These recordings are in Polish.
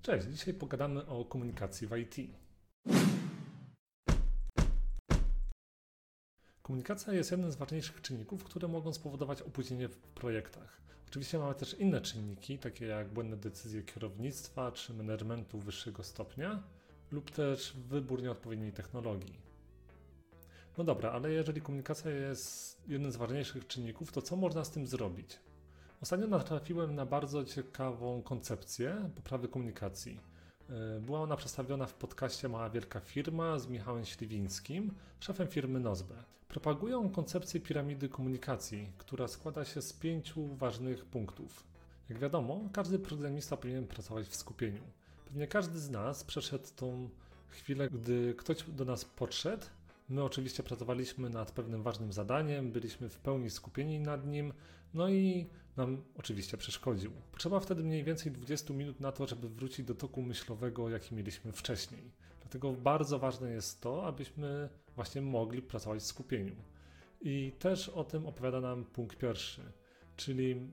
Cześć, dzisiaj pogadamy o komunikacji w IT. Komunikacja jest jednym z ważniejszych czynników, które mogą spowodować opóźnienie w projektach. Oczywiście mamy też inne czynniki, takie jak błędne decyzje kierownictwa czy managementu wyższego stopnia lub też wybór nieodpowiedniej technologii. No dobra, ale jeżeli komunikacja jest jednym z ważniejszych czynników, to co można z tym zrobić? Ostatnio natrafiłem na bardzo ciekawą koncepcję poprawy komunikacji. Była ona przedstawiona w podcaście Mała Wielka Firma z Michałem Śliwińskim, szefem firmy Nozbe. Propagują koncepcję piramidy komunikacji, która składa się z 5 ważnych punktów. Jak wiadomo, każdy programista powinien pracować w skupieniu. Pewnie każdy z nas przeszedł tą chwilę, gdy ktoś do nas podszedł. My oczywiście pracowaliśmy nad pewnym ważnym zadaniem, byliśmy w pełni skupieni nad nim, no i nam oczywiście przeszkodził. Potrzeba wtedy mniej więcej 20 minut na to, żeby wrócić do toku myślowego, jaki mieliśmy wcześniej. Dlatego bardzo ważne jest to, abyśmy właśnie mogli pracować w skupieniu. I też o tym opowiada nam punkt pierwszy, czyli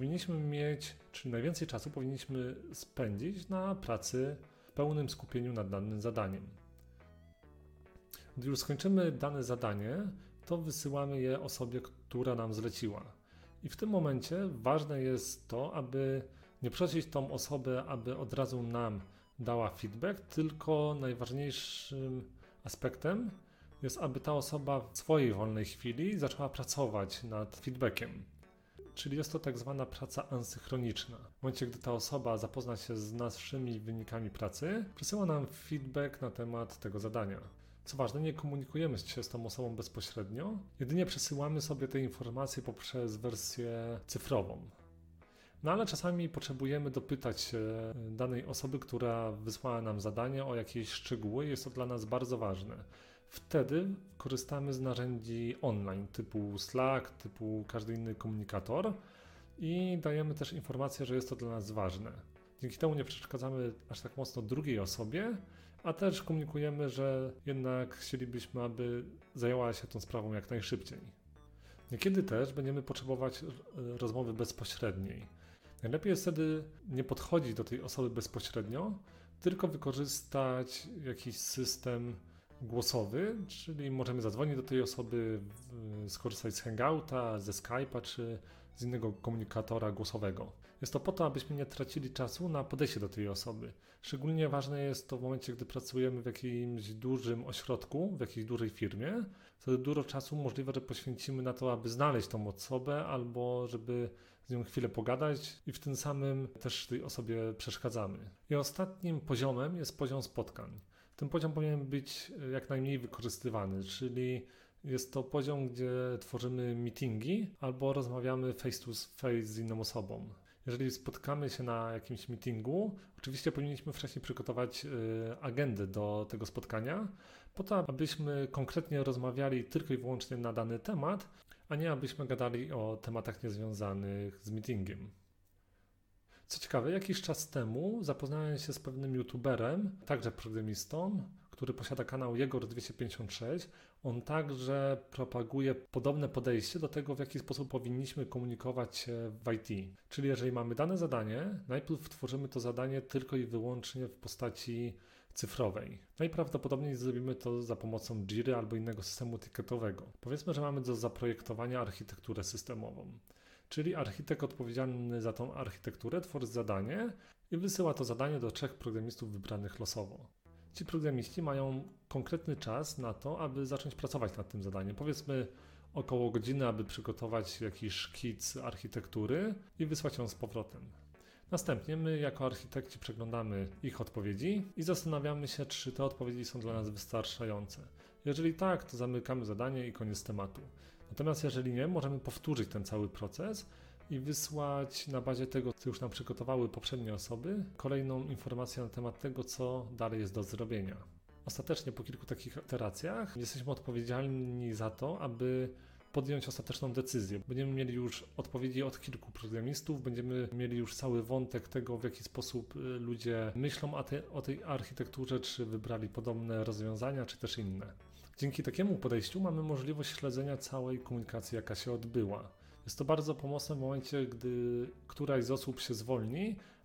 najwięcej czasu powinniśmy spędzić na pracy w pełnym skupieniu nad danym zadaniem. Gdy już skończymy dane zadanie, to wysyłamy je osobie, która nam zleciła. I w tym momencie ważne jest to, aby nie prosić tą osobę, aby od razu nam dała feedback, tylko najważniejszym aspektem jest, aby ta osoba w swojej wolnej chwili zaczęła pracować nad feedbackiem. Czyli jest to tak zwana praca asynchroniczna. W momencie, gdy ta osoba zapozna się z naszymi wynikami pracy, przesyła nam feedback na temat tego zadania. Co ważne, nie komunikujemy się z tą osobą bezpośrednio, jedynie przesyłamy sobie te informacje poprzez wersję cyfrową. No ale czasami potrzebujemy dopytać się danej osoby, która wysłała nam zadanie, o jakieś szczegóły, jest to dla nas bardzo ważne. Wtedy korzystamy z narzędzi online typu Slack, typu każdy inny komunikator i dajemy też informację, że jest to dla nas ważne. Dzięki temu nie przeszkadzamy aż tak mocno drugiej osobie, a też komunikujemy, że jednak chcielibyśmy, aby zajęła się tą sprawą jak najszybciej. Niekiedy też będziemy potrzebować rozmowy bezpośredniej. Najlepiej jest wtedy nie podchodzić do tej osoby bezpośrednio, tylko wykorzystać jakiś system głosowy, czyli możemy zadzwonić do tej osoby, skorzystać z Hangouta, ze Skype'a czy z innego komunikatora głosowego. Jest to po to, abyśmy nie tracili czasu na podejście do tej osoby. Szczególnie ważne jest to w momencie, gdy pracujemy w jakimś dużym ośrodku, w jakiejś dużej firmie. Wtedy dużo czasu możliwe, że poświęcimy na to, aby znaleźć tą osobę albo żeby z nią chwilę pogadać i w tym samym też tej osobie przeszkadzamy. I ostatnim poziomem jest poziom spotkań. Ten poziom powinien być jak najmniej wykorzystywany, czyli jest to poziom, gdzie tworzymy meetingi albo rozmawiamy face to face z inną osobą. Jeżeli spotkamy się na jakimś meetingu, oczywiście powinniśmy wcześniej przygotować agendę do tego spotkania, po to, abyśmy konkretnie rozmawiali tylko i wyłącznie na dany temat, a nie abyśmy gadali o tematach niezwiązanych z meetingiem. Co ciekawe, jakiś czas temu zapoznałem się z pewnym youtuberem, także programistą, który posiada kanał Jegor256. On także propaguje podobne podejście do tego, w jaki sposób powinniśmy komunikować się w IT. Czyli jeżeli mamy dane zadanie, najpierw tworzymy to zadanie tylko i wyłącznie w postaci cyfrowej. Najprawdopodobniej zrobimy to za pomocą Jiry albo innego systemu etykietowego. Powiedzmy, że mamy do zaprojektowania architekturę systemową. Czyli architekt odpowiedzialny za tą architekturę tworzy zadanie i wysyła to zadanie do 3 programistów wybranych losowo. Ci programiści mają konkretny czas na to, aby zacząć pracować nad tym zadaniem. Powiedzmy około godziny, aby przygotować jakiś szkic architektury i wysłać ją z powrotem. Następnie my jako architekci przeglądamy ich odpowiedzi i zastanawiamy się, czy te odpowiedzi są dla nas wystarczające. Jeżeli tak, to zamykamy zadanie i koniec tematu. Natomiast jeżeli nie, możemy powtórzyć ten cały proces i wysłać na bazie tego, co już nam przygotowały poprzednie osoby, kolejną informację na temat tego, co dalej jest do zrobienia. Ostatecznie po kilku takich iteracjach jesteśmy odpowiedzialni za to, aby podjąć ostateczną decyzję. Będziemy mieli już odpowiedzi od kilku programistów, będziemy mieli już cały wątek tego, w jaki sposób ludzie myślą o tej architekturze, czy wybrali podobne rozwiązania, czy też inne. Dzięki takiemu podejściu mamy możliwość śledzenia całej komunikacji, jaka się odbyła. Jest to bardzo pomocne w momencie, gdy któraś z osób się zwolni,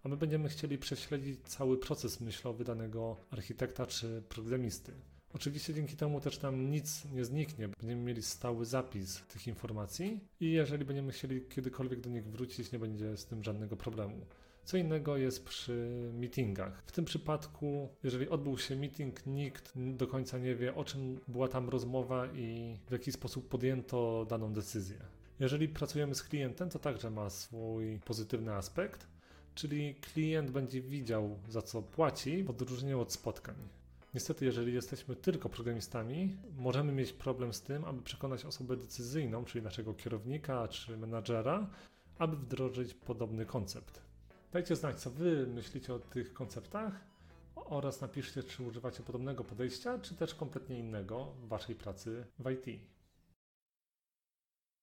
a my będziemy chcieli prześledzić cały proces myślowy danego architekta czy programisty. Oczywiście dzięki temu też nam nic nie zniknie, będziemy mieli stały zapis tych informacji i jeżeli będziemy chcieli kiedykolwiek do nich wrócić, nie będzie z tym żadnego problemu. Co innego jest przy meetingach. W tym przypadku, jeżeli odbył się meeting, nikt do końca nie wie, o czym była tam rozmowa i w jaki sposób podjęto daną decyzję. Jeżeli pracujemy z klientem, to także ma swój pozytywny aspekt, czyli klient będzie widział, za co płaci, w odróżnieniu od spotkań. Niestety, jeżeli jesteśmy tylko programistami, możemy mieć problem z tym, aby przekonać osobę decyzyjną, czyli naszego kierownika czy menadżera, aby wdrożyć podobny koncept. Dajcie znać, co Wy myślicie o tych konceptach oraz napiszcie, czy używacie podobnego podejścia, czy też kompletnie innego w Waszej pracy w IT.